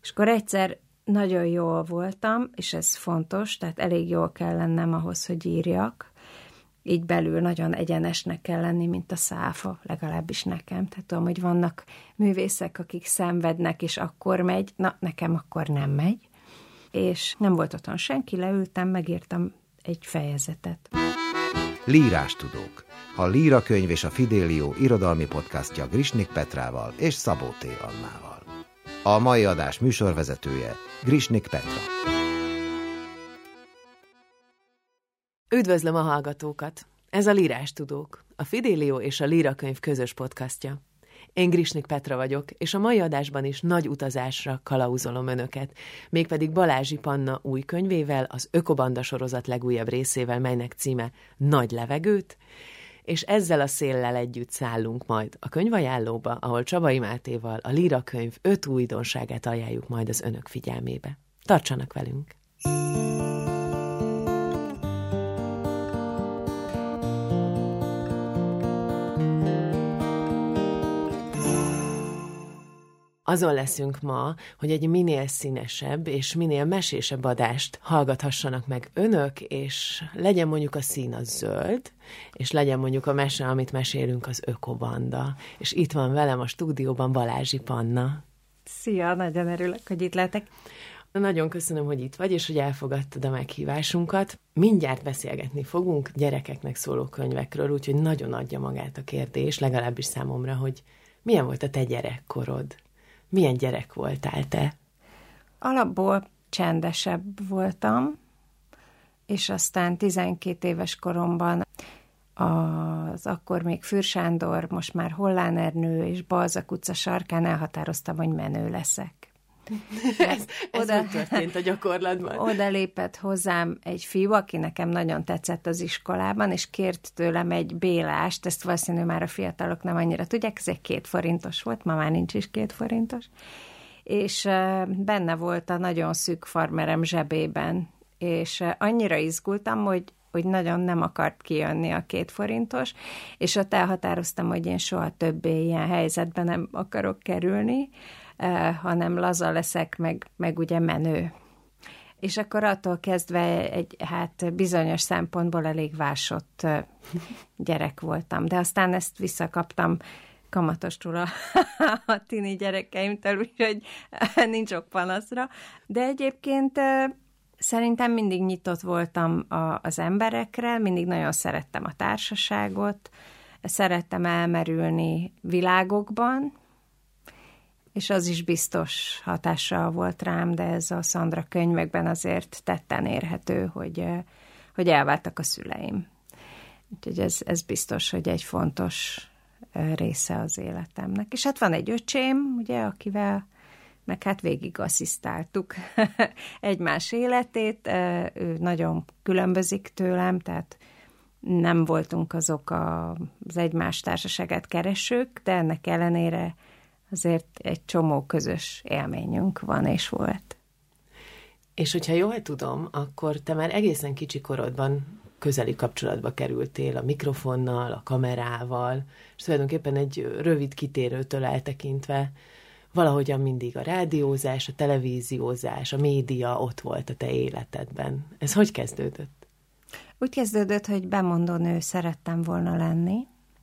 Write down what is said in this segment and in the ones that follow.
És akkor egyszer nagyon jól voltam, és ez fontos, tehát elég jól kell lennem ahhoz, hogy írjak. Így belül nagyon egyenesnek kell lenni, mint a száfa, legalábbis nekem. Tehát tudom, hogy vannak művészek, akik szenvednek, és akkor megy, na, nekem akkor nem megy. És nem volt otthon senki, leültem, megírtam egy fejezetet. Lírástudók. A Líra könyv és a Fidelio irodalmi podcastja Grisnik Petrával és Szabó T. Annával. A mai adás műsorvezetője Grisnik Petra. Üdvözlöm a hallgatókat! Ez a Lírástudók, a Fidelio és a Líra könyv közös podcastja. Én Grisnik Petra vagyok, és a mai adásban is nagy utazásra kalauzolom önöket, mégpedig Balázsi Panna új könyvével, az Ökobanda sorozat legújabb részével, melynek címe Nagy levegőt, és ezzel a széllel együtt szállunk majd a könyvajánlóba, ahol Csabai Mátéval a Líra könyv 5 újdonságát ajánljuk majd az önök figyelmébe. Tartsanak velünk! Azon leszünk ma, hogy egy minél színesebb és minél mesésebb adást hallgathassanak meg önök, és legyen mondjuk a szín az zöld, és legyen mondjuk a mese, amit mesélünk, az Ökobanda. És itt van velem a stúdióban Balázsi Panna. Szia, nagyon örülök, hogy itt lehetek. Nagyon köszönöm, hogy itt vagy, és hogy elfogadtad a meghívásunkat. Mindjárt beszélgetni fogunk gyerekeknek szóló könyvekről, úgyhogy nagyon adja magát a kérdés, legalábbis számomra, hogy milyen volt a te gyerekkorod? Milyen gyerek voltál te? Alapból csendesebb voltam, és aztán 12 éves koromban az akkor még Fürst Sándor, most már Hollán Ernő és Balzak utca sarkán elhatároztam, hogy menő leszek. Ez nem történt a gyakorlatban. Oda lépett hozzám egy fiú, aki nekem nagyon tetszett az iskolában, és kért tőlem egy bélást, ezt valószínű már a fiatalok nem annyira tudják, ez egy 2 forintos volt, ma már nincs is 2 forintos, és benne volt a nagyon szűk farmerem zsebében, és annyira izgultam, hogy nagyon nem akart kijönni a 2 forintos, és ott elhatároztam, hogy én soha többé ilyen helyzetben nem akarok kerülni, hanem laza leszek, meg ugye menő. És akkor attól kezdve egy bizonyos szempontból elég vásott gyerek voltam. De aztán ezt visszakaptam kamatostul a tini gyerekeimtől, úgyhogy nincs ok panaszra. De egyébként szerintem mindig nyitott voltam az emberekre, mindig nagyon szerettem a társaságot, szerettem elmerülni világokban, és az is biztos hatással volt rám, de ez a Szandra könyvekben azért tetten érhető, hogy elváltak a szüleim. Úgyhogy ez biztos, hogy egy fontos része az életemnek. És hát van egy öcsém, ugye, akivel meg végig asszisztáltuk egymás életét, ő nagyon különbözik tőlem, tehát nem voltunk azok az egymás társaságát keresők, de ennek ellenére azért egy csomó közös élményünk van és volt. És hogyha jól tudom, akkor te már egészen kicsi korodban közeli kapcsolatba kerültél a mikrofonnal, a kamerával, és tulajdonképpen egy rövid kitérőtől eltekintve valahogyan mindig a rádiózás, a televíziózás, a média ott volt a te életedben. Ez hogy kezdődött? Úgy kezdődött, hogy bemondónő szerettem volna lenni,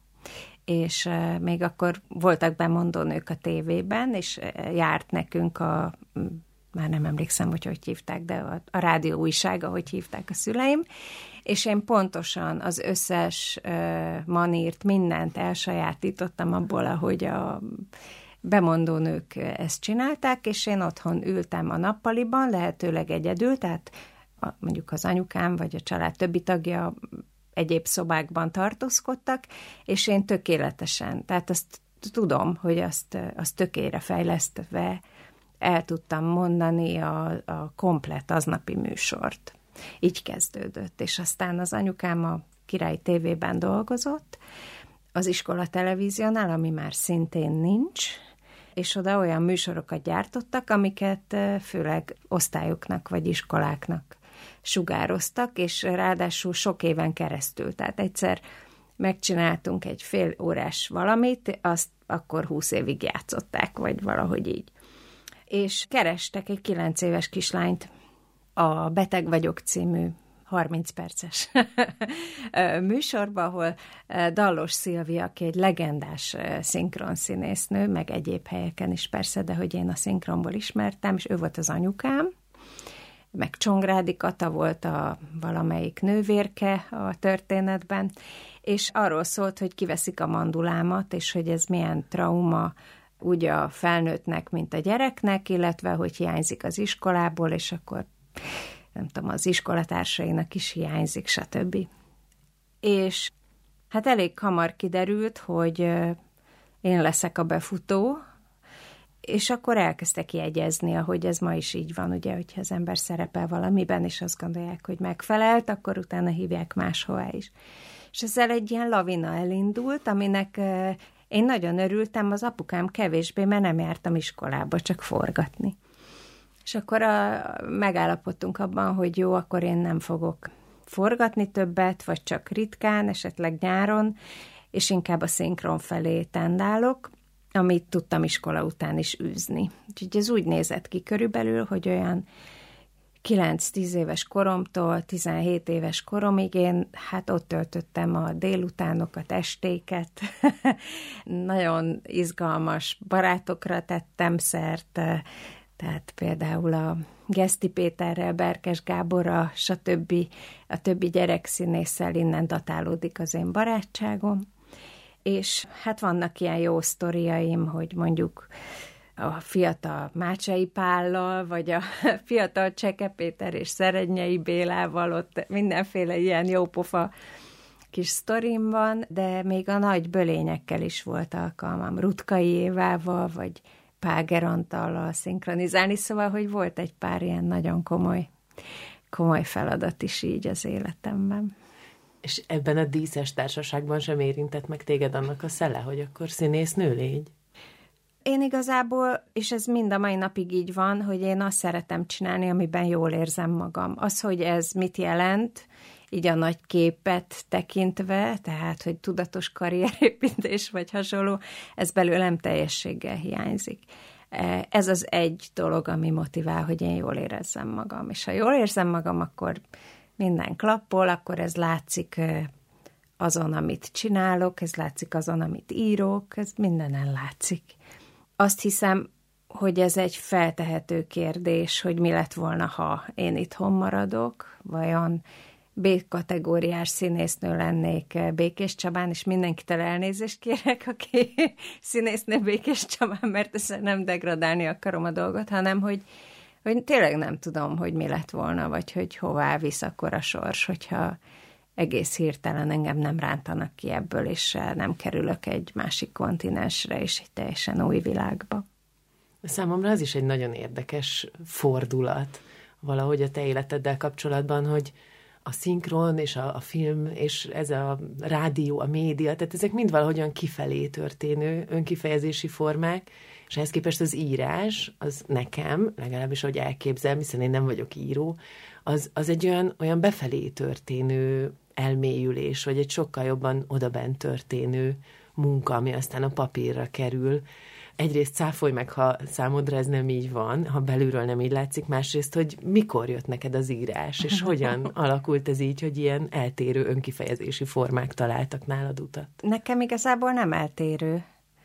és még akkor voltak bemondónők a tévében, és járt nekünk már nem emlékszem, hogy hívták, de a rádió újság, ahogy hívták a szüleim, és én pontosan az összes manírt, mindent elsajátítottam abból, ahogy a bemondónők ezt csinálták, és én otthon ültem a nappaliban, lehetőleg egyedül, tehát mondjuk az anyukám vagy a család többi tagja egyéb szobákban tartózkodtak, és én tökéletesen, tehát azt tudom, hogy azt tökére fejlesztve el tudtam mondani a komplett aznapi műsort. Így kezdődött, és aztán az anyukám a Király TV-ben dolgozott, az iskola televíziónál, ami már szintén nincs, és oda olyan műsorokat gyártottak, amiket főleg osztályoknak vagy iskoláknak sugároztak, és ráadásul sok éven keresztül. Tehát egyszer megcsináltunk egy fél órás valamit, azt akkor 20 évig játszották, vagy valahogy így. és kerestek egy 9 éves kislányt a Beteg vagyok című 30 perces műsorba, ahol Dallos Szilvia, aki egy legendás szinkronszínésznő, meg egyéb helyeken is persze, de hogy én a szinkronból ismertem, és ő volt az anyukám, meg Csongrádi Kata volt a valamelyik nővérke a történetben, és arról szólt, hogy kiveszik a mandulámat, és hogy ez milyen trauma úgy a felnőttnek, mint a gyereknek, illetve hogy hiányzik az iskolából, és akkor nem tudom, az iskolatársainak is hiányzik, stb. És hát elég hamar kiderült, hogy én leszek a befutó, és akkor elkezdtek jegyezni, ahogy ez ma is így van, ugye, hogyha az ember szerepel valamiben, és azt gondolják, hogy megfelelt, akkor utána hívják máshová is. És ezzel egy ilyen lavina elindult, aminek én nagyon örültem, az apukám kevésbé, mert nem jártam iskolába, csak forgatni. És akkor megállapodtunk abban, hogy jó, akkor én nem fogok forgatni többet, vagy csak ritkán, esetleg nyáron, és inkább a szinkron felé tendálok, amit tudtam iskola után is űzni. Úgyhogy ez úgy nézett ki körülbelül, hogy olyan 9-10 éves koromtól 17 éves koromig én hát ott töltöttem a délutánokat, estéket. Nagyon izgalmas barátokra tettem szert, tehát például a Geszti Péterrel, Berkes Gáborral, stb. A többi gyerekszínésszel innen datálódik az én barátságom. És hát vannak ilyen jó sztoriaim, hogy mondjuk a fiatal Mácsai Pállal, vagy a fiatal Cseke Péter és Szerednyei Bélával, ott mindenféle ilyen jópofa kis sztorim van, de még a nagy bölényekkel is volt alkalmam, Rutkai Évával, vagy Páger Antallal szinkronizálni, szóval, hogy volt egy pár ilyen nagyon komoly feladat is így az életemben. És ebben a díszes társaságban sem érintett meg téged annak a szele, hogy akkor színésznő légy? Én igazából, és ez mind a mai napig így van, hogy én azt szeretem csinálni, amiben jól érzem magam. Az, hogy ez mit jelent, így a nagy képet tekintve, tehát, hogy tudatos karrierépítés vagy hasonló, ez belőlem teljességgel hiányzik. Ez az egy dolog, ami motivál, hogy én jól érezzem magam. És ha jól érzem magam, akkor minden klappol, akkor ez látszik azon, amit csinálok, ez látszik azon, amit írok, ez mindenen látszik. Azt hiszem, hogy ez egy feltehető kérdés, hogy mi lett volna, ha én itthon maradok, vajon B-kategóriás színésznő lennék Békés Csabán, és mindenkitől elnézést kérek, aki színésznő Békés Csabán, mert ezzel nem degradálni akarom a dolgot, hanem hogy tényleg nem tudom, hogy mi lett volna, vagy hogy hová visz akkor a sors, hogyha egész hirtelen engem nem rántanak ki ebből, és nem kerülök egy másik kontinensre, és egy teljesen új világba. Számomra az is egy nagyon érdekes fordulat valahogy a te életeddel kapcsolatban, hogy a szinkron és a film, és ez a rádió, a média, tehát ezek mind valahogyan kifelé történő önkifejezési formák, és ehhez képest az írás, az nekem, legalábbis ahogy elképzelem, hiszen én nem vagyok író, az egy olyan befelé történő elmélyülés, vagy egy sokkal jobban odabent történő munka, ami aztán a papírra kerül. Egyrészt cáfolj meg, ha számodra ez nem így van, ha belülről nem így látszik, másrészt, hogy mikor jött neked az írás, és hogyan alakult ez így, hogy ilyen eltérő önkifejezési formák találtak nálad utat? Nekem igazából nem eltérő,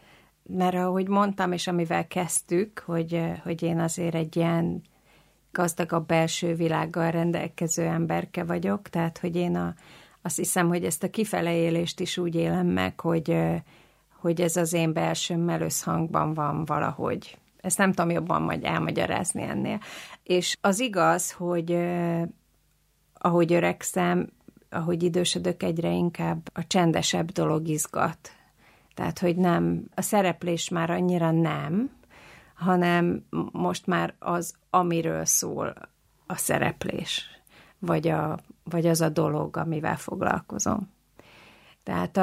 mert ahogy mondtam, és amivel kezdtük, hogy én azért egy ilyen gazdagabb belső világgal rendelkező emberke vagyok, tehát hogy én azt hiszem, hogy ezt a kifele élést is úgy élem meg, hogy ez az én belsőmmel összhangban van valahogy. Ezt nem tudom jobban majd elmagyarázni ennél. És az igaz, hogy ahogy öregszem, ahogy idősödök, egyre inkább a csendesebb dolog izgat. Tehát, hogy nem, a szereplés már annyira nem, hanem most már az, amiről szól a szereplés, vagy az a dolog, amivel foglalkozom. Tehát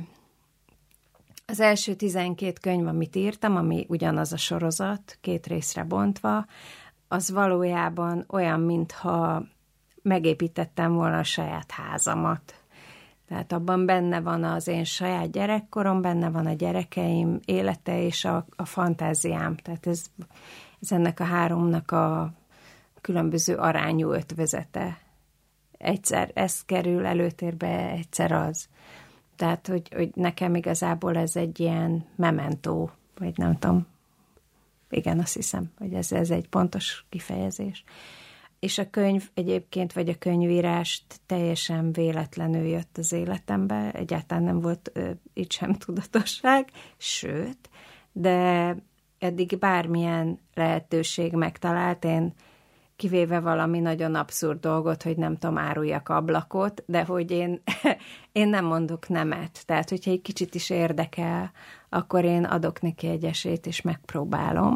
az első 12 könyv, amit írtam, ami ugyanaz a sorozat, 2 részre bontva, az valójában olyan, mintha megépítettem volna a saját házamat. Tehát abban benne van az én saját gyerekkorom, benne van a gyerekeim élete és a fantáziám. Tehát ez ez ennek a háromnak a különböző arányú ötvözete. Egyszer ez kerül előtérbe, egyszer az. Tehát, hogy nekem igazából ez egy ilyen mementó, vagy nem tudom. Igen, azt hiszem, hogy ez egy pontos kifejezés. És a könyv egyébként, vagy a könyvírást teljesen véletlenül jött az életembe, egyáltalán nem volt itt sem tudatosság, sőt, de eddig bármilyen lehetőség megtalált, én kivéve valami nagyon abszurd dolgot, hogy nem tudom, áruljak ablakot, de hogy én nem mondok nemet. Tehát, hogyha egy kicsit is érdekel, akkor én adok neki egy esélyt, és megpróbálom.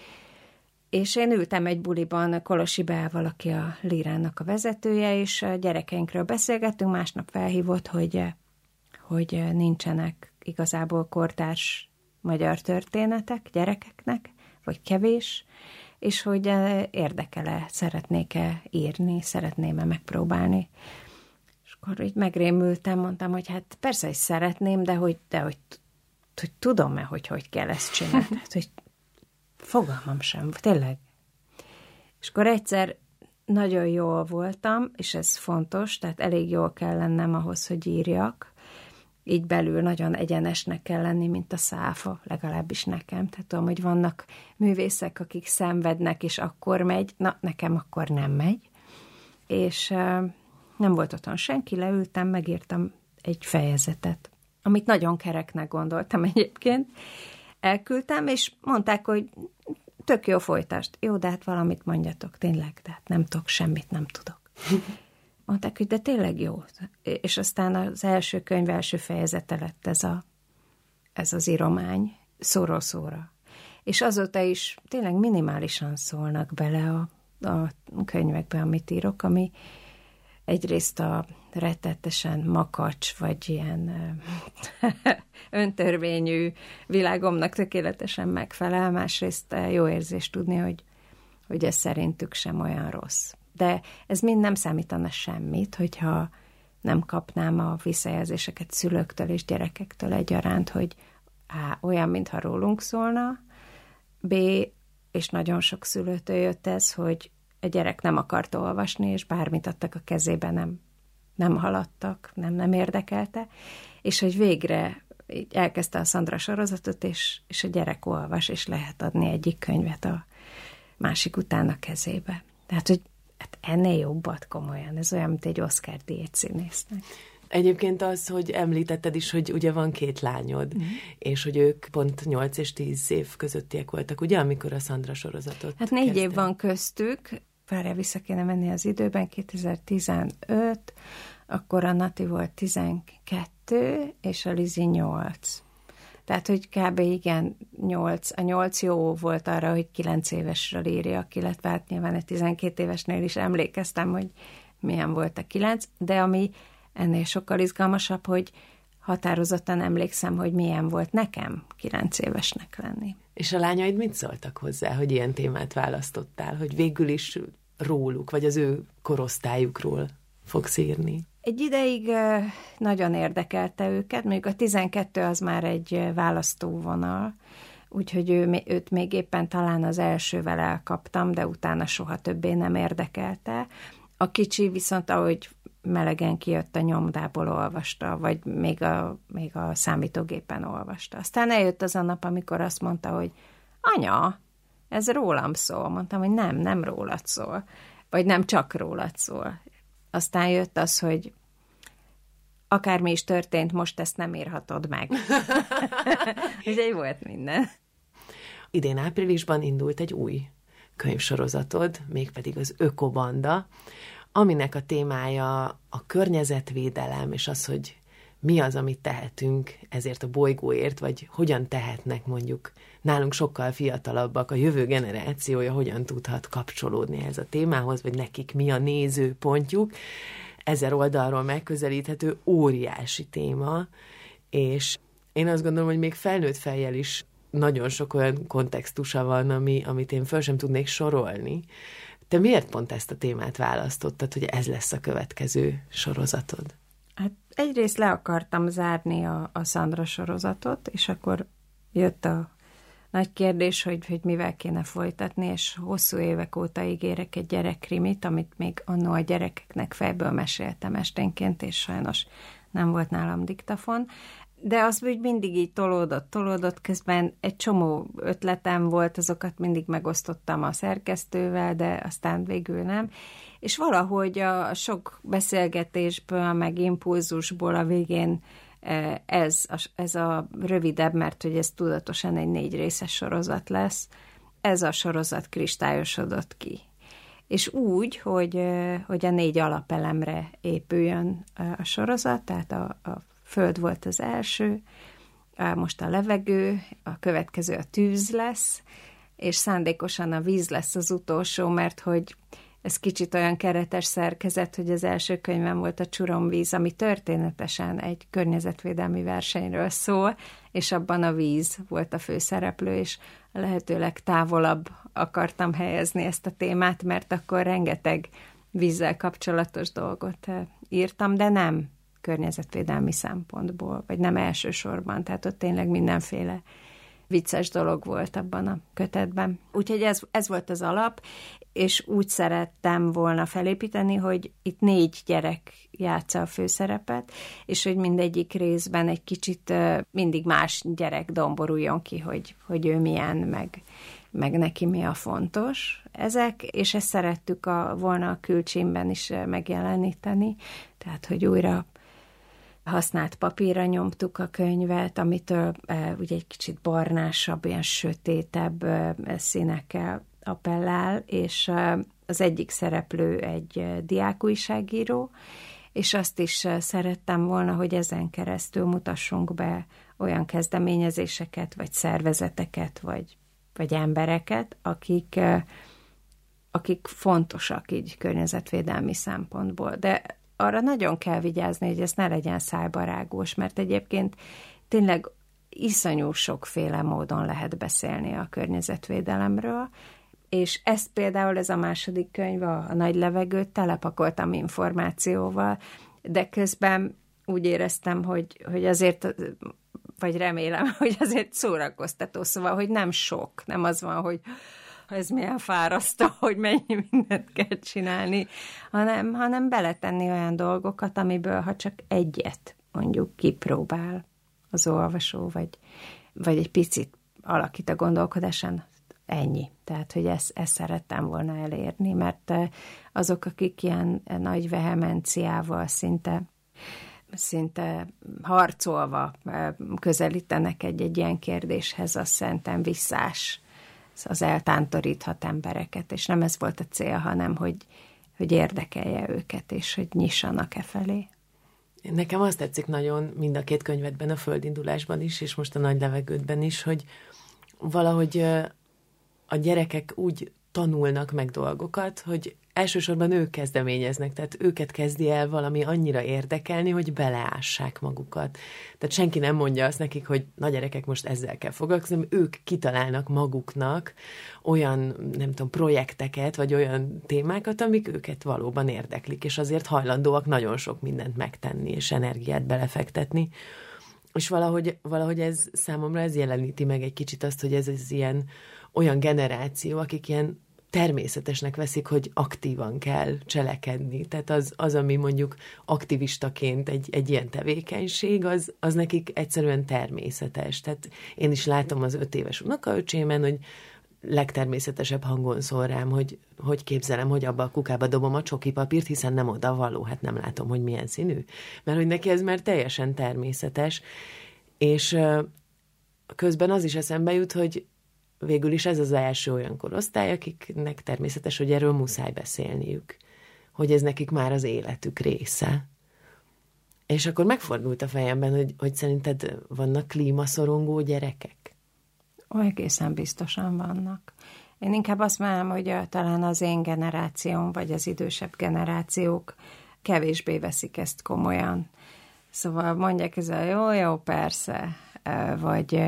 És én ültem egy buliban Kolosi Beával, aki a Lírának a vezetője, és a gyerekeinkről beszélgettünk, másnap felhívott, hogy nincsenek igazából kortárs magyar történetek gyerekeknek, vagy kevés, és hogy érdekel-e, szeretnék-e írni, szeretném-e megpróbálni. És akkor így megrémültem, mondtam, hogy hát persze, hogy szeretném, de hogy tudom-e, hogy kell ezt csinálni. Tehát, hogy fogalmam sem, tényleg. És akkor egyszer nagyon jól voltam, és ez fontos, tehát elég jól kell lennem ahhoz, hogy írjak. Így belül nagyon egyenesnek kell lenni, mint a száfa, legalábbis nekem. Tehát tudom, hogy vannak művészek, akik szenvednek, és akkor megy. Na, nekem akkor nem megy. És nem volt otthon senki, leültem, megírtam egy fejezetet, amit nagyon kereknek gondoltam egyébként. Elküldtem, és mondták, hogy tök jó, folytasd. Jó, de hát valamit mondjatok, tényleg, de hát nem tudok, semmit nem tudok. Mondták, hogy de tényleg jó. És aztán az első könyv első fejezete lett ez az íromány, szóról szóra. És azóta is tényleg minimálisan szólnak bele a könyvekbe, amit írok, ami egyrészt a rettetesen makacs, vagy ilyen öntörvényű világomnak tökéletesen megfelel, másrészt jó érzés tudni, hogy ez szerintük sem olyan rossz. De ez mind nem számítana semmit, hogyha nem kapnám a visszajelzéseket szülőktől és gyerekektől egyaránt, hogy olyan, mintha rólunk szólna, B, és nagyon sok szülőtől jött ez, hogy a gyerek nem akart olvasni, és bármit adtak a kezébe, nem haladtak, nem érdekelte, és hogy végre elkezdte a Szandra sorozatot, és a gyerek olvas, és lehet adni egyik könyvet a másik után a kezébe. Tehát, hogy hát ennél jobbat komolyan, ez olyan, mint egy Oscar-díj színésznek. Egyébként az, hogy említetted is, hogy ugye van 2 lányod, és hogy ők pont 8 és 10 év közöttiek voltak, ugye, amikor a Szandra sorozatot Hát 4 év van köztük, várjál, vissza kéne menni az időben, 2015, akkor a Nati volt 12, és a Lizi 8. Tehát, hogy kb. Igen, 8. A 8 jó volt arra, hogy 9 évesről írjak, illetve hát nyilván egy 12 évesnél is emlékeztem, hogy milyen volt a 9, de ami ennél sokkal izgalmasabb, hogy határozottan emlékszem, hogy milyen volt nekem 9 évesnek lenni. És a lányaid mit szóltak hozzá, hogy ilyen témát választottál, hogy végül is róluk, vagy az ő korosztályukról fogsz írni? Egy ideig nagyon érdekelte őket, mondjuk a 12 az már egy választóvonal, úgyhogy őt még éppen talán az elsővel elkaptam, de utána soha többé nem érdekelte. A kicsi viszont, ahogy melegen kijött a nyomdából, olvasta, vagy még a számítógépen olvasta. Aztán eljött az a nap, amikor azt mondta, hogy anya, ez rólam szól. Mondtam, hogy nem rólad szól, vagy nem csak rólad szól. Aztán jött az, hogy akármi is történt, most ezt nem írhatod meg. Úgyhogy volt minden. Idén áprilisban indult egy új könyvsorozatod, mégpedig az Ökobanda, aminek a témája a környezetvédelem, és az, hogy mi az, amit tehetünk ezért a bolygóért, vagy hogyan tehetnek mondjuk nálunk sokkal fiatalabbak, a jövő generációja hogyan tudhat kapcsolódni ez a témához, vagy nekik mi a nézőpontjuk. 1000 oldalról megközelíthető óriási téma, és én azt gondolom, hogy még felnőtt fejjel is nagyon sok olyan kontextusa van, amit én föl sem tudnék sorolni. Te miért pont ezt a témát választottad, hogy ez lesz a következő sorozatod? Hát egyrészt le akartam zárni a Szandra sorozatot, és akkor jött nagy kérdés, hogy mivel kéne folytatni, és hosszú évek óta ígérek egy gyerekkrimit, amit még annó a gyerekeknek fejből meséltem esténként, és sajnos nem volt nálam diktafon. De az úgy mindig így tolódott, közben egy csomó ötletem volt, azokat mindig megosztottam a szerkesztővel, de aztán végül nem. És valahogy a sok beszélgetésből, meg impulzusból a végén ez a rövidebb, mert hogy ez tudatosan egy 4 részes sorozat lesz, ez a sorozat kristályosodott ki. És úgy, hogy a 4 alapelemre épüljön a sorozat, tehát a föld volt az első, most a levegő, a következő a tűz lesz, és szándékosan a víz lesz az utolsó, mert hogy ez kicsit olyan keretes szerkezet, hogy az első könyvem volt a Csuromvíz, ami történetesen egy környezetvédelmi versenyről szól, és abban a víz volt a főszereplő, és lehetőleg távolabb akartam helyezni ezt a témát, mert akkor rengeteg vízzel kapcsolatos dolgot írtam, de nem környezetvédelmi szempontból, vagy nem elsősorban, tehát ott tényleg mindenféle vicces dolog volt abban a kötetben. Úgyhogy ez volt az alap, és úgy szerettem volna felépíteni, hogy itt 4 gyerek játsza a főszerepet, és hogy mindegyik részben egy kicsit mindig más gyerek domboruljon ki, hogy ő milyen, meg neki mi a fontos. Ezek, és ezt szerettük volna a külcímben is megjeleníteni, tehát hogy újra használt papírra nyomtuk a könyvet, amitől ugye egy kicsit barnásabb, ilyen sötétebb színekkel appellál, és az egyik szereplő egy diákújságíró, és azt is szerettem volna, hogy ezen keresztül mutassunk be olyan kezdeményezéseket, vagy szervezeteket, vagy embereket, akik fontosak így környezetvédelmi szempontból. De arra nagyon kell vigyázni, hogy ez ne legyen szájbarágos, mert egyébként tényleg iszonyú sokféle módon lehet beszélni a környezetvédelemről, és ezt például ez a második könyv, a Nagy levegőt telepakoltam információval, de közben úgy éreztem, hogy azért, vagy remélem, hogy azért szórakoztató, szóval, hogy nem sok, nem az van, hogy ez milyen fárasztó, hogy mennyi mindent kell csinálni, hanem beletenni olyan dolgokat, amiből ha csak egyet mondjuk kipróbál az olvasó, vagy egy picit alakít a gondolkodásán, ennyi. Tehát, hogy ezt szerettem volna elérni, mert azok, akik ilyen nagy vehemenciával szinte harcolva közelítenek egy ilyen kérdéshez, az szerintem visszás, az eltántoríthat embereket, és nem ez volt a cél, hanem hogy érdekelje őket, és hogy nyissanak felé. Nekem azt tetszik nagyon mind a 2 könyvedben, a Földindulásban is, és most a Nagy levegődben is, hogy valahogy a gyerekek úgy tanulnak meg dolgokat, hogy elsősorban ők kezdeményeznek, tehát őket kezdi el valami annyira érdekelni, hogy beleássák magukat. Tehát senki nem mondja azt nekik, hogy na gyerekek, most ezzel kell foglalkozni, ők kitalálnak maguknak olyan, nem tudom, projekteket, vagy olyan témákat, amik őket valóban érdeklik, és azért hajlandóak nagyon sok mindent megtenni, és energiát belefektetni. És valahogy ez számomra ez jeleníti meg egy kicsit azt, hogy ez ilyen olyan generáció, akik ilyen természetesnek veszik, hogy aktívan kell cselekedni. Tehát az ami mondjuk aktivistaként egy ilyen tevékenység, az nekik egyszerűen természetes. Tehát én is látom az 5 éves unokaöcsémen, hogy legtermészetesebb hangon szól rám, hogy képzelem, hogy abba a kukába dobom a csokipapírt, hiszen nem oda való, hát nem látom, hogy milyen színű. Mert hogy neki ez már teljesen természetes. És közben az is eszembe jut, hogy végül is ez az első olyan korosztály, akiknek természetes, hogy erről muszáj beszélniük. Hogy ez nekik már az életük része. És akkor megfordult a fejemben, hogy szerinted vannak klímaszorongó gyerekek? Egészen biztosan vannak. Én inkább azt mondom, hogy talán az én generációm, vagy az idősebb generációk kevésbé veszik ezt komolyan. Szóval mondják jó, persze, vagy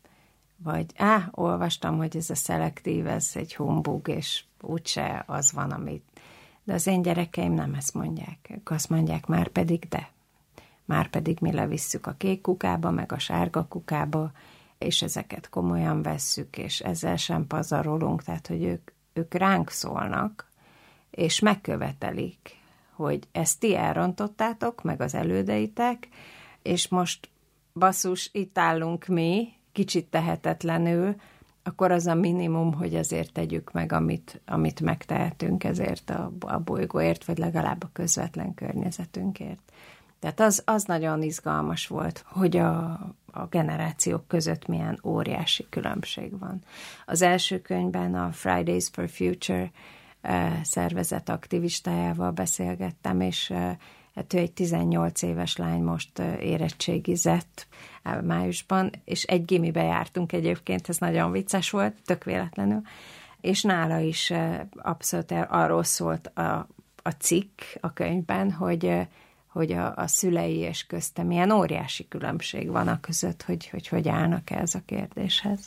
olvastam, hogy ez a szelektív, ez egy humbug, és úgyse az van, amit... De az én gyerekeim nem ezt mondják. Ők azt mondják, már pedig mi levisszük a kék kukába, meg a sárga kukába, és ezeket komolyan vesszük, és ezzel sem pazarolunk, tehát, hogy ők ránk szólnak, és megkövetelik, hogy ezt ti elrontottátok, meg az elődeitek, és most basszus, itt állunk mi, kicsit tehetetlenül, akkor az a minimum, hogy azért tegyük meg, amit megtehetünk ezért a bolygóért, vagy legalább a közvetlen környezetünkért. Tehát az nagyon izgalmas volt, hogy a generációk között milyen óriási különbség van. Az első könyvben a Fridays for Future szervezet aktivistájával beszélgettem, és hát ő egy 18 éves lány, most érettségizett májusban, és egy gimibe jártunk egyébként, ez nagyon vicces volt, tök véletlenül, és nála is abszolút arról szólt a cikk a könyvben, hogy a szülei és közte milyen óriási különbség van a között, hogy állnak ez a kérdéshez.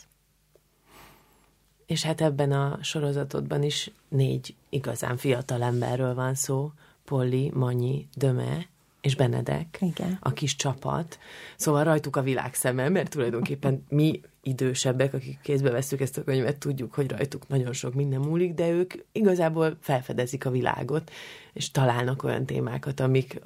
És hát ebben a sorozatodban is 4 igazán fiatal emberről van szó, Polly, Manyi, Döme és Benedek, igen, a kis csapat. Szóval rajtuk a világ szeme, mert tulajdonképpen mi idősebbek, akik kézbe vesszük ezt a könyvet, tudjuk, hogy rajtuk nagyon sok minden múlik, de ők igazából felfedezik a világot, és találnak olyan témákat,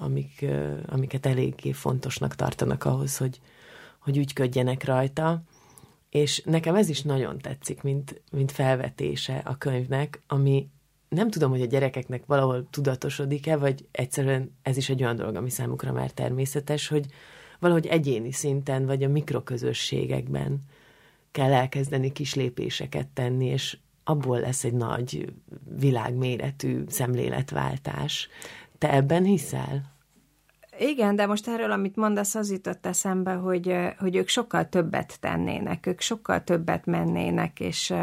amiket eléggé fontosnak tartanak ahhoz, hogy ügyködjenek rajta. És nekem ez is nagyon tetszik, mint felvetése a könyvnek, ami nem tudom, hogy a gyerekeknek valahol tudatosodik-e, vagy egyszerűen ez is egy olyan dolog, ami számukra már természetes, hogy valahogy egyéni szinten, vagy a mikroközösségekben kell elkezdeni kis lépéseket tenni, és abból lesz egy nagy világméretű szemléletváltás. Te ebben hiszel? Igen, de most erről, amit mondasz, az jutott eszembe, hogy ők sokkal többet tennének, ők sokkal többet mennének, és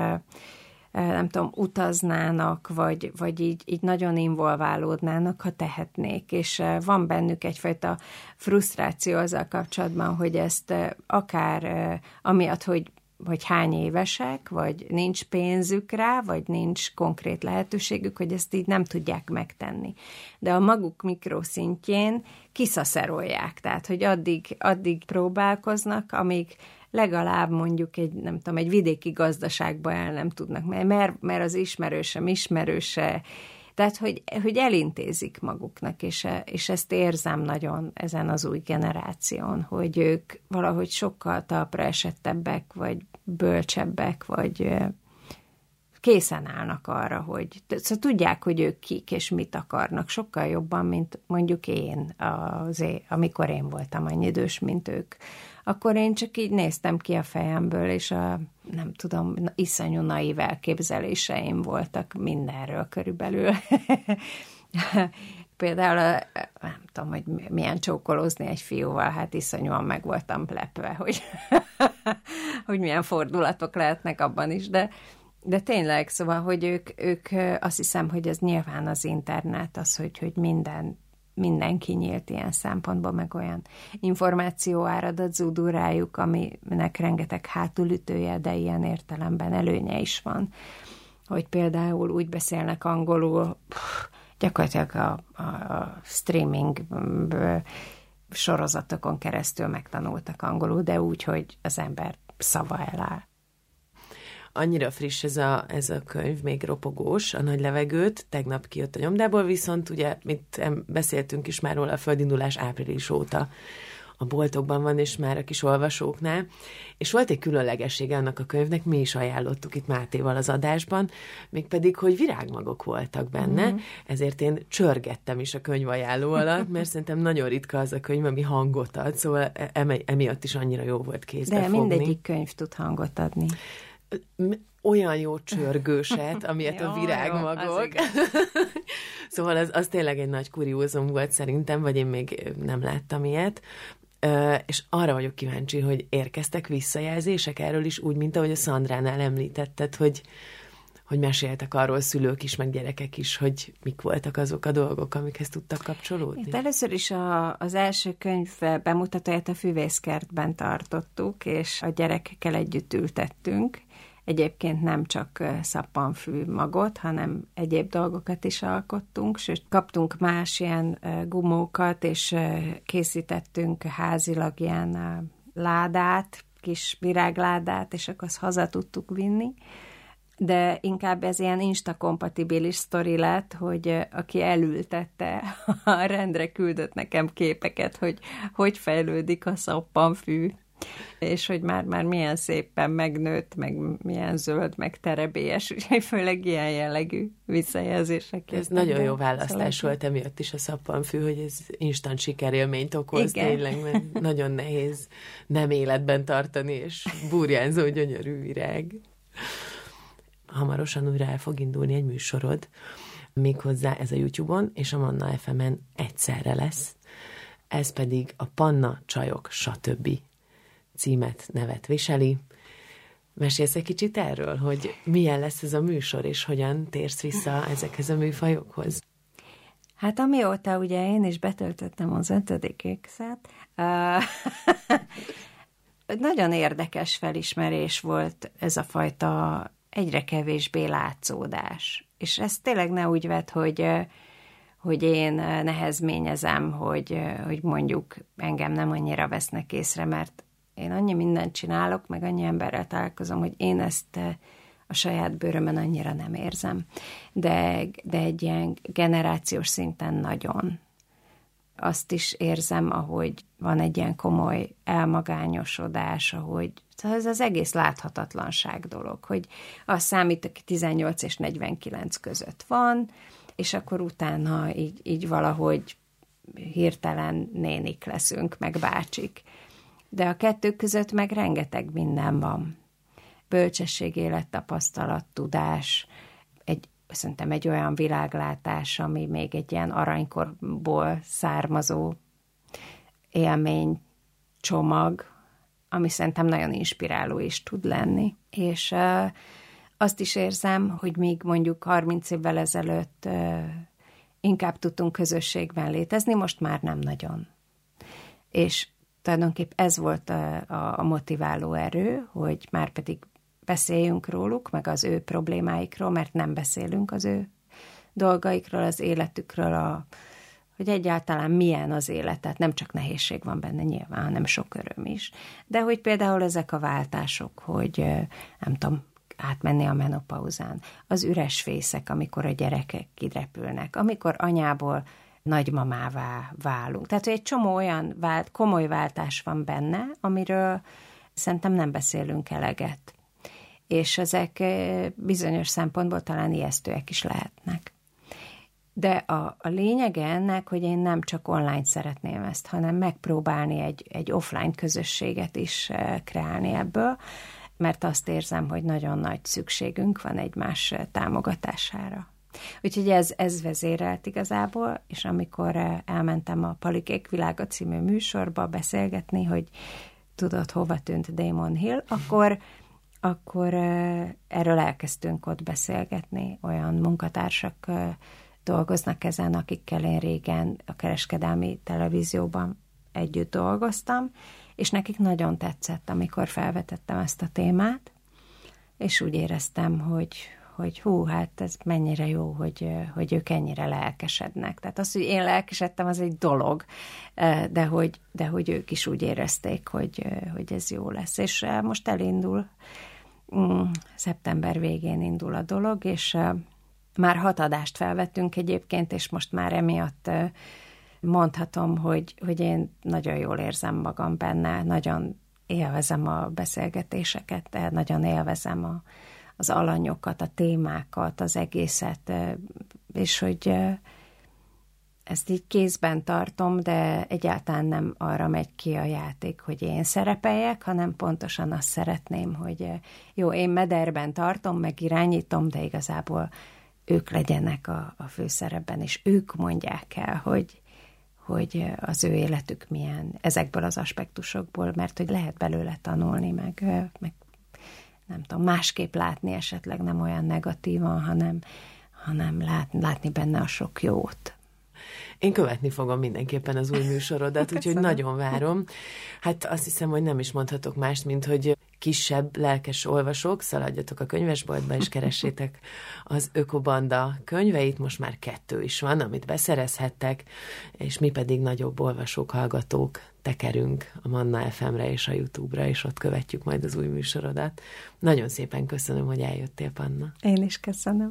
nem tudom, utaznának, vagy így nagyon involválódnának, ha tehetnék, és van bennük egyfajta frusztráció azzal kapcsolatban, hogy ezt akár amiatt, hogy hány évesek, vagy nincs pénzük rá, vagy nincs konkrét lehetőségük, hogy ezt így nem tudják megtenni. De a maguk mikroszintjén kiszaszerolják, tehát, hogy addig próbálkoznak, amíg legalább mondjuk egy vidéki gazdaságba el nem tudnak, mert az ismerőse, tehát, hogy elintézik maguknak, és ezt érzem nagyon ezen az új generáción, hogy ők valahogy sokkal talpra esettebbek, vagy bölcsebbek, vagy készen állnak arra, hogy szóval tudják, hogy ők kik, és mit akarnak, sokkal jobban, mint mondjuk én, amikor én voltam annyi idős, mint ők. Akkor én csak így néztem ki a fejemből, és nem tudom, iszonyú naív elképzeléseim voltak mindenről körülbelül. Például nem tudom, hogy milyen csókolózni egy fiúval, hát iszonyúan meg voltam lepve, hogy milyen fordulatok lehetnek abban is, de tényleg, szóval, hogy ők azt hiszem, hogy ez nyilván az internet, az, hogy mindenki nyílt ilyen szempontból, meg olyan információ áradat zúdul rájuk, aminek rengeteg hátulütője, de ilyen értelemben előnye is van. Hogy például úgy beszélnek angolul, gyakorlatilag a streaming sorozatokon keresztül megtanultak angolul, de úgy, hogy az ember szava eláll. Annyira friss ez a könyv, még ropogós, a nagy levegőt, tegnap kijött a nyomdából, viszont ugye, mint beszéltünk is már róla, a földindulás április óta a boltokban van, és már a kis olvasóknál, és volt egy különlegessége annak a könyvnek, mi is ajánlottuk itt Mátéval az adásban, mégpedig, hogy virágmagok voltak benne, ezért én csörgettem is a könyvajánló alatt, mert szerintem nagyon ritka az a könyv, ami hangot ad, szóval emiatt is annyira jó volt kézbe fogni. De mindegyik könyv tud hangot adni. Olyan jó csörgőset, amilyet a virágmagok. Szóval az tényleg egy nagy kuriózum volt szerintem, vagy én még nem láttam ilyet. És arra vagyok kíváncsi, hogy érkeztek visszajelzések erről is, úgy, mint ahogy a Szandránál említetted, hogy meséltek arról szülők is, meg gyerekek is, hogy mik voltak azok a dolgok, amikhez tudtak kapcsolódni. Hát először is az első könyv bemutatóját a Füvészkertben tartottuk, és a gyerekekkel együtt ültettünk. Egyébként nem csak szappanfű magot, hanem egyéb dolgokat is alkottunk, sőt kaptunk más ilyen gumókat, és készítettünk házilag ilyen ládát, kis virágládát, és akkor azt haza tudtuk vinni. De inkább ez ilyen instakompatibilis sztori lett, hogy aki elültette, a rendre küldött nekem képeket, hogy fejlődik a szappanfű, és hogy már milyen szépen megnőtt, meg milyen zöld, meg terebélyes, úgyhogy főleg ilyen jellegű visszajelzések. Ez nagyon jó választás volt emiatt is a szappanfű, hogy ez instant sikerélményt okoz, igen. Tényleg, mert nagyon nehéz nem életben tartani, és burjánzó gyönyörű virág. Hamarosan újra el fog indulni egy műsorod, méghozzá ez a YouTube-on, és a Manna FM-en egyszerre lesz. Ez pedig a Panna, Csajok, stb. Címet, nevet viseli. Mesélsz egy kicsit erről, hogy milyen lesz ez a műsor, és hogyan térsz vissza ezekhez a műfajokhoz? Hát amióta ugye én is betöltöttem az 5. X-et, nagyon érdekes felismerés volt ez a fajta egyre kevésbé látszódás. És ez tényleg ne úgy vett, hogy én nehezményezem, hogy mondjuk engem nem annyira vesznek észre, mert én annyi mindent csinálok, meg annyi emberrel találkozom, hogy én ezt a saját bőrömön annyira nem érzem. De egy ilyen generációs szinten nagyon. Azt is érzem, ahogy van egy ilyen komoly elmagányosodás, ahogy ez az egész láthatatlanság dolog, hogy az számít, aki 18 és 49 között van, és akkor utána így valahogy hirtelen nénik leszünk, meg bácsik. De a kettő között meg rengeteg minden van. Bölcsesség, élettapasztalat, tudás, szerintem egy olyan világlátás, ami még egy ilyen aranykorból származó élmény csomag, ami szerintem nagyon inspiráló is tud lenni. És azt is érzem, hogy még mondjuk 30 évvel ezelőtt inkább tudtunk közösségben létezni, most már nem nagyon. És tulajdonképp ez volt a motiváló erő, hogy már pedig beszéljünk róluk, meg az ő problémáikról, mert nem beszélünk az ő dolgaikról, az életükről, hogy egyáltalán milyen az élet, tehát nem csak nehézség van benne nyilván, hanem sok öröm is. De hogy például ezek a váltások, hogy nem tudom, átmenni a menopauzán, az üres fészek, amikor a gyerekek kirepülnek, amikor anyából nagymamává válunk. Tehát, hogy egy csomó olyan komoly váltás van benne, amiről szerintem nem beszélünk eleget. És ezek bizonyos szempontból talán ijesztőek is lehetnek. De a lényege ennek, hogy én nem csak online szeretném ezt, hanem megpróbálni egy offline közösséget is kreálni ebből, mert azt érzem, hogy nagyon nagy szükségünk van egymás támogatására. Úgyhogy ez vezérelt igazából, és amikor elmentem a Palikék világa című műsorba beszélgetni, hogy tudod, hova tűnt Damon Hill, akkor erről elkezdtünk ott beszélgetni. Olyan munkatársak dolgoznak ezen, akikkel én régen a kereskedelmi televízióban együtt dolgoztam, és nekik nagyon tetszett, amikor felvetettem ezt a témát, és úgy éreztem, hogy hú, hát ez mennyire jó, hogy ők ennyire lelkesednek. Tehát az, hogy én lelkesedtem, az egy dolog, de hogy ők is úgy érezték, hogy ez jó lesz. És most elindul, szeptember végén indul a dolog, és már 6 adást felvettünk egyébként, és most már emiatt mondhatom, hogy én nagyon jól érzem magam benne, nagyon élvezem a beszélgetéseket, nagyon élvezem az alanyokat, a témákat, az egészet, és hogy ezt így kézben tartom, de egyáltalán nem arra megy ki a játék, hogy én szerepeljek, hanem pontosan azt szeretném, hogy jó, én mederben tartom, meg irányítom, de igazából ők legyenek a főszerepben, és ők mondják el, hogy az ő életük milyen ezekből az aspektusokból, mert hogy lehet belőle tanulni, meg nem tudom, másképp látni esetleg, nem olyan negatívan, hanem látni benne a sok jót. Én követni fogom mindenképpen az új műsorodat, úgyhogy nagyon várom. Hát azt hiszem, hogy nem is mondhatok mást, mint hogy kisebb, lelkes olvasók, szaladjatok a könyvesboltba, és keressétek az Ökobanda könyveit, most már 2 is van, amit beszerezhettek, és mi pedig nagyobb olvasók, hallgatók tekerünk a Manna FM-re és a YouTube-ra, és ott követjük majd az új műsorodat. Nagyon szépen köszönöm, hogy eljöttél, Panna. Én is köszönöm.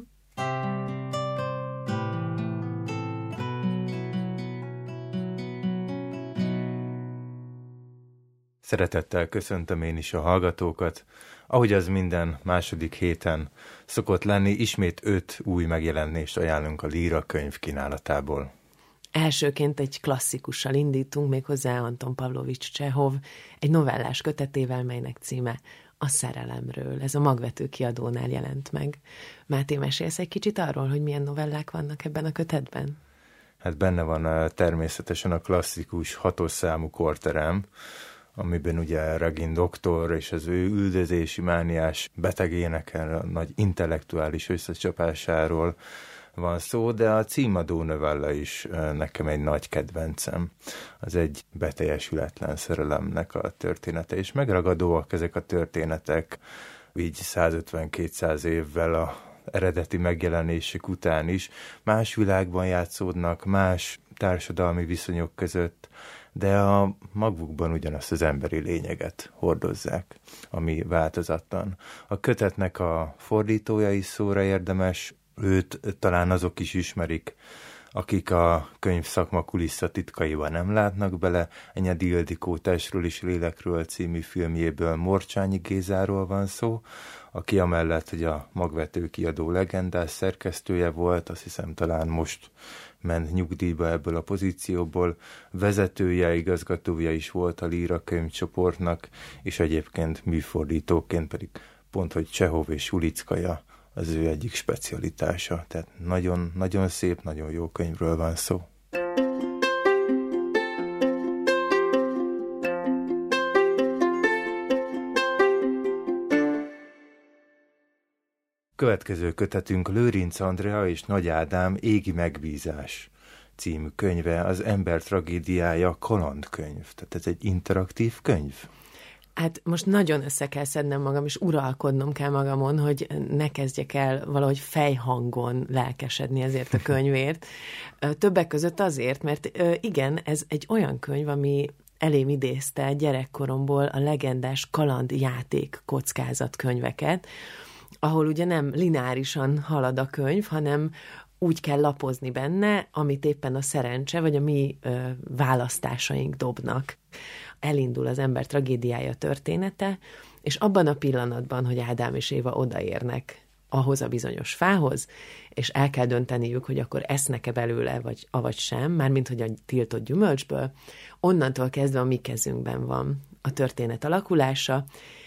Szeretettel köszöntöm én is a hallgatókat. Ahogy az minden második héten szokott lenni, ismét 5 új megjelenést ajánlunk a Líra könyv kínálatából. Elsőként egy klasszikussal indítunk, méghozzá Anton Pavlovics Csehov egy novellás kötetével, melynek címe A szerelemről. Ez a Magvető kiadónál jelent meg. Máté, mesélsz egy kicsit arról, hogy milyen novellák vannak ebben a kötetben? Hát benne van természetesen a klasszikus 6-os számú Korterem, amiben ugye Regin doktor és az ő üldözési mániás betegének a nagy intellektuális összecsapásáról van szó, de a címadó novella is nekem egy nagy kedvencem. Az egy beteljesületlen szerelemnek a története, és megragadóak ezek a történetek, így 150-200 évvel a eredeti megjelenésük után is. Más világban játszódnak, más társadalmi viszonyok között, de a magukban ugyanazt az emberi lényeget hordozzák, ami változatlan. A kötetnek a fordítója is szóra érdemes, őt talán azok is ismerik, akik a könyv szakma kulisszatitkaiba nem látnak bele. Enyedi Ildikó Testről és lélekről című filmjéből Morcsányi Gézáról van szó, aki amellett, hogy a Magvető kiadó legendás szerkesztője volt, azt hiszem talán most ment nyugdíjba ebből a pozícióból, vezetője, igazgatója is volt a Líra könyvcsoportnak, és egyébként műfordítóként pedig pont, hogy Csehov és Ulickaja az ő egyik specialitása. Tehát nagyon, nagyon szép, nagyon jó könyvről van szó. Következő kötetünk Lőrinc Andrea és Nagy Ádám Égi megbízás című könyve, az ember tragédiája kalandkönyv. Tehát ez egy interaktív könyv. Hát most nagyon össze kell szednem magam, és uralkodnom kell magamon, hogy ne kezdjek el valahogy fejhangon lelkesedni ezért a könyvért. Többek között azért, mert igen, ez egy olyan könyv, ami elém idézte gyerekkoromból a legendás kalandjáték kockázatkönyveket, ahol ugye nem lineárisan halad a könyv, hanem úgy kell lapozni benne, amit éppen a szerencse vagy a mi választásaink dobnak. Elindul az ember tragédiája története, és abban a pillanatban, hogy Ádám és Éva odaérnek ahhoz a bizonyos fához, és el kell dönteniük, hogy akkor esznek-e belőle, vagy avagy sem, mármint hogy a tiltott gyümölcsből, onnantól kezdve a mi kezünkben van a történet alakulása,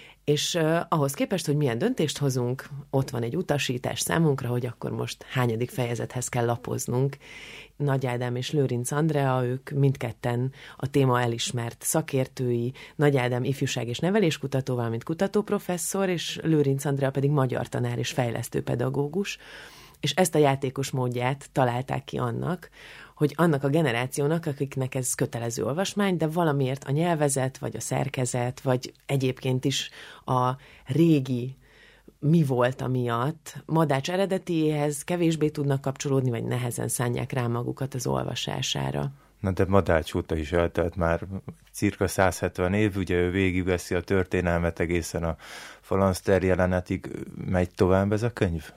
és ahhoz képest, hogy milyen döntést hozunk, ott van egy utasítás számunkra, hogy akkor most hányadik fejezethez kell lapoznunk. Nagy Ádám és Lőrinc Andrea, ők mindketten a téma elismert szakértői, Nagy Ádám ifjúság és neveléskutató, valamint kutatóprofesszor, és Lőrinc Andrea pedig magyar tanár és fejlesztőpedagógus, és ezt a játékos módját találták ki annak, hogy annak a generációnak, akiknek ez kötelező olvasmány, de valamiért a nyelvezet, vagy a szerkezet, vagy egyébként is a régi mi volt amiatt Madács eredetiéhez kevésbé tudnak kapcsolódni, vagy nehezen szánják rá magukat az olvasására. Na de Madács óta is eltelt már cirka 170 év, ugye ő végigveszi a történelmet egészen a falanszter jelenetig. Megy tovább ez a könyv?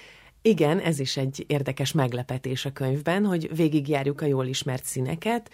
Igen, ez is egy érdekes meglepetés a könyvben, hogy végigjárjuk a jól ismert színeket,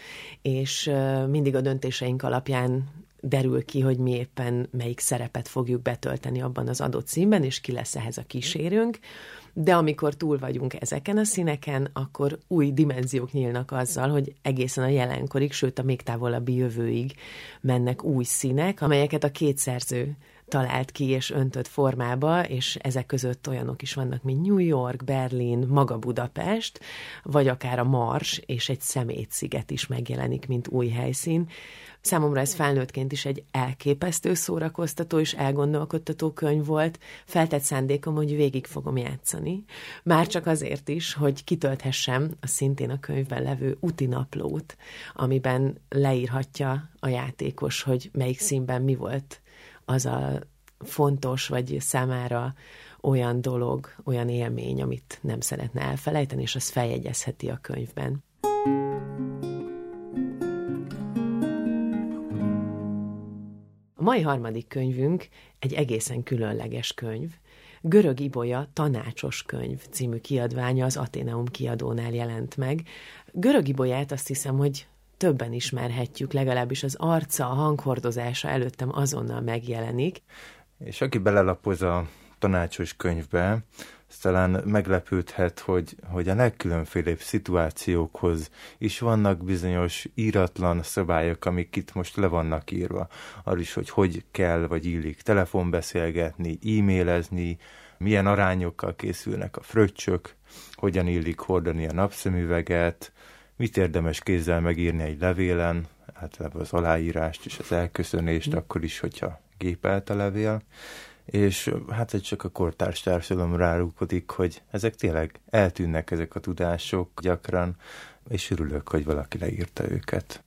és mindig a döntéseink alapján derül ki, hogy mi éppen melyik szerepet fogjuk betölteni abban az adott színben, és ki lesz ehhez a kísérőnk. De amikor túl vagyunk ezeken a színeken, akkor új dimenziók nyílnak azzal, hogy egészen a jelenkorig, sőt a még távolabbi jövőig mennek új színek, amelyeket a két szerző talált ki és öntött formába, és ezek között olyanok is vannak, mint New York, Berlin, maga Budapest, vagy akár a Mars és egy Szemétsziget is megjelenik, mint új helyszín. Számomra ez felnőttként is egy elképesztő szórakoztató és elgondolkodtató könyv volt. Feltett szándékom, hogy végig fogom játszani. Már csak azért is, hogy kitölthessem a szintén a könyvben levő útinaplót, amiben leírhatja a játékos, hogy melyik színben mi volt az a fontos, vagy számára olyan dolog, olyan élmény, amit nem szeretne elfelejteni, és azt feljegyezheti a könyvben. A mai harmadik könyvünk egy egészen különleges könyv. Görög Ibolya Tanácsos könyv című kiadványa az Athenaeum kiadónál jelent meg. Görög Ibolyát azt hiszem, hogy többen ismerhetjük, legalábbis az arca, a hanghordozása előttem azonnal megjelenik. És aki belelapoz a Tanácsos könyvbe, az talán meglepődhet, hogy a legkülönfélebb szituációkhoz is vannak bizonyos íratlan szabályok, amik itt most le vannak írva. Arról is, hogy kell vagy illik telefonbeszélgetni, e-mailezni, milyen arányokkal készülnek a fröccsök, hogyan illik hordani a napszemüveget, mit érdemes kézzel megírni egy levélen, általában az aláírást és az elköszönést, akkor is, hogyha gépelt a levél. És hát hogy csak a kortárs társadalom rárúkodik, hogy ezek tényleg eltűnnek, ezek a tudások gyakran, és örülök, hogy valaki leírta őket.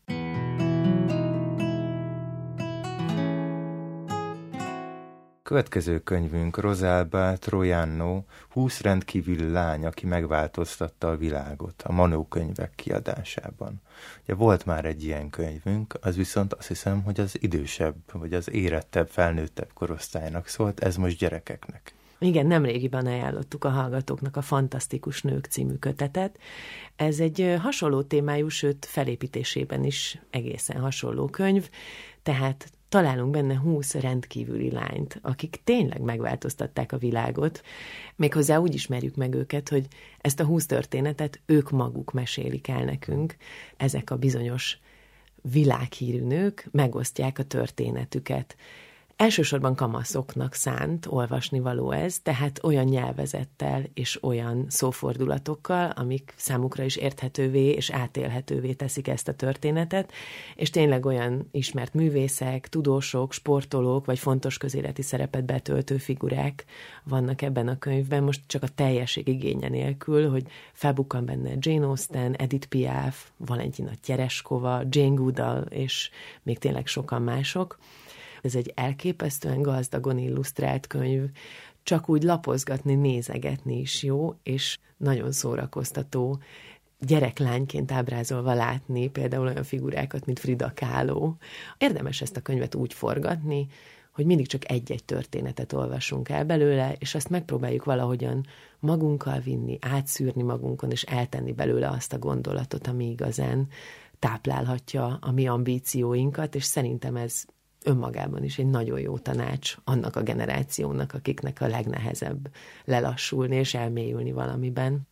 Következő könyvünk Rosalba Troiano, 20 rendkívüli lány, aki megváltoztatta a világot, a Manó könyvek kiadásában. Ugye volt már egy ilyen könyvünk, az viszont azt hiszem, hogy az idősebb, vagy az érettebb, felnőttebb korosztálynak szólt, ez most gyerekeknek. Igen, nemrégiben ajánlottuk a hallgatóknak a Fantasztikus nők című kötetet. Ez egy hasonló témájú, sőt felépítésében is egészen hasonló könyv, tehát találunk benne 20 rendkívüli lányt, akik tényleg megváltoztatták a világot, méghozzá úgy ismerjük meg őket, hogy ezt a 20 történetet ők maguk mesélik el nekünk. Ezek a bizonyos világhírű nők megosztják a történetüket. Elsősorban kamaszoknak szánt olvasnivaló ez, tehát olyan nyelvezettel és olyan szófordulatokkal, amik számukra is érthetővé és átélhetővé teszik ezt a történetet, és tényleg olyan ismert művészek, tudósok, sportolók vagy fontos közéleti szerepet betöltő figurák vannak ebben a könyvben, most csak a teljesség igénye nélkül, hogy felbukkan benne Jane Austen, Edith Piaf, Valentina Tereshkova, Jane Goodall és még tényleg sokan mások. Ez egy elképesztően gazdagon illusztrált könyv, csak úgy lapozgatni, nézegetni is jó, és nagyon szórakoztató gyereklányként ábrázolva látni például olyan figurákat, mint Frida Kahlo. Érdemes ezt a könyvet úgy forgatni, hogy mindig csak egy-egy történetet olvasunk el belőle, és azt megpróbáljuk valahogyan magunkkal vinni, átszűrni magunkon, és eltenni belőle azt a gondolatot, ami igazán táplálhatja a mi ambícióinkat, és szerintem ez önmagában is egy nagyon jó tanács annak a generációnak, akiknek a legnehezebb lelassulni és elmélyülni valamiben.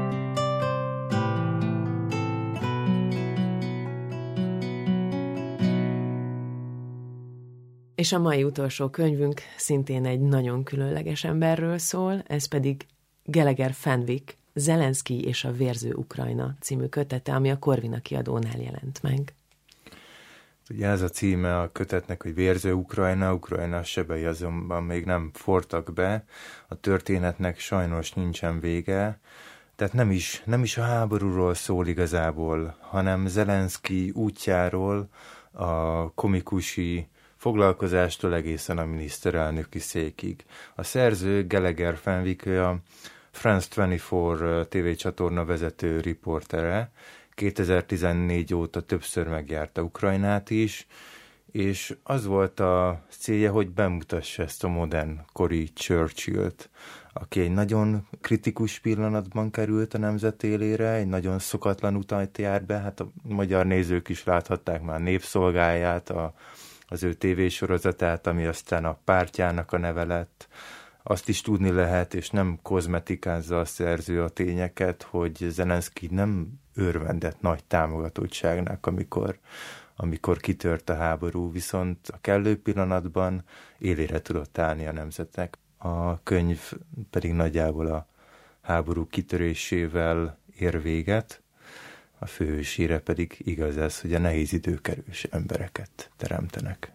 És a mai utolsó könyvünk szintén egy nagyon különleges emberről szól, ez pedig Gallagher Fenwick, Zelenszkij és a vérző Ukrajna című kötete, ami a Corvina kiadónál jelent meg. Ugye ez a címe a kötetnek, hogy Vérző Ukrajna, Ukrajna sebei azonban még nem fortak be, a történetnek sajnos nincsen vége, tehát nem is a háborúról szól igazából, hanem Zelenszkij útjáról, a komikusi foglalkozástól egészen a miniszterelnöki székig. A szerző Gallagher Fenwick, a France 24 tévécsatorna vezető riportere, 2014 óta többször megjárta Ukrajnát is, és az volt a célja, hogy bemutassa ezt a modern kori Churchillt, aki egy nagyon kritikus pillanatban került a nemzet élére, egy nagyon szokatlan utat járt be, hát a magyar nézők is láthatták már Népszolgáját, az ő tévésorozatát, ami aztán a pártjának a neve lett. Azt is tudni lehet, és nem kozmetikázza a szerző a tényeket, hogy Zelenszkij nem örvendett nagy támogatottságnak, amikor kitört a háború, viszont a kellő pillanatban élére tudott állni a nemzetnek. A könyv pedig nagyjából a háború kitörésével ér véget, a főhősére pedig igaz ez, hogy a nehéz idők erős embereket teremtenek.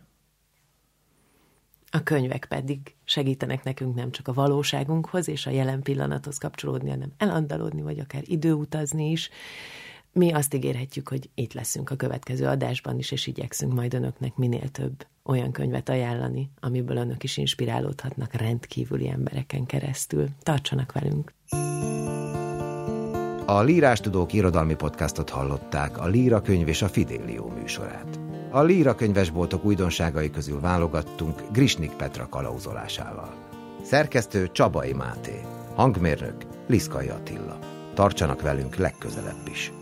A könyvek pedig segítenek nekünk nem csak a valóságunkhoz és a jelen pillanathoz kapcsolódni, hanem elandalodni, vagy akár időutazni is. Mi azt ígérhetjük, hogy itt leszünk a következő adásban is, és igyekszünk majd önöknek minél több olyan könyvet ajánlani, amiből önök is inspirálódhatnak rendkívüli embereken keresztül. Tartsanak velünk! A Lírástudók irodalmi podcastot hallották, a Líra könyv és a Fidelio műsorát. A Líra könyvesboltok újdonságai közül válogattunk Grisnik Petra kalauzolásával. Szerkesztő Csabai Máté, hangmérnök Liszkai Attila. Tartsanak velünk legközelebb is!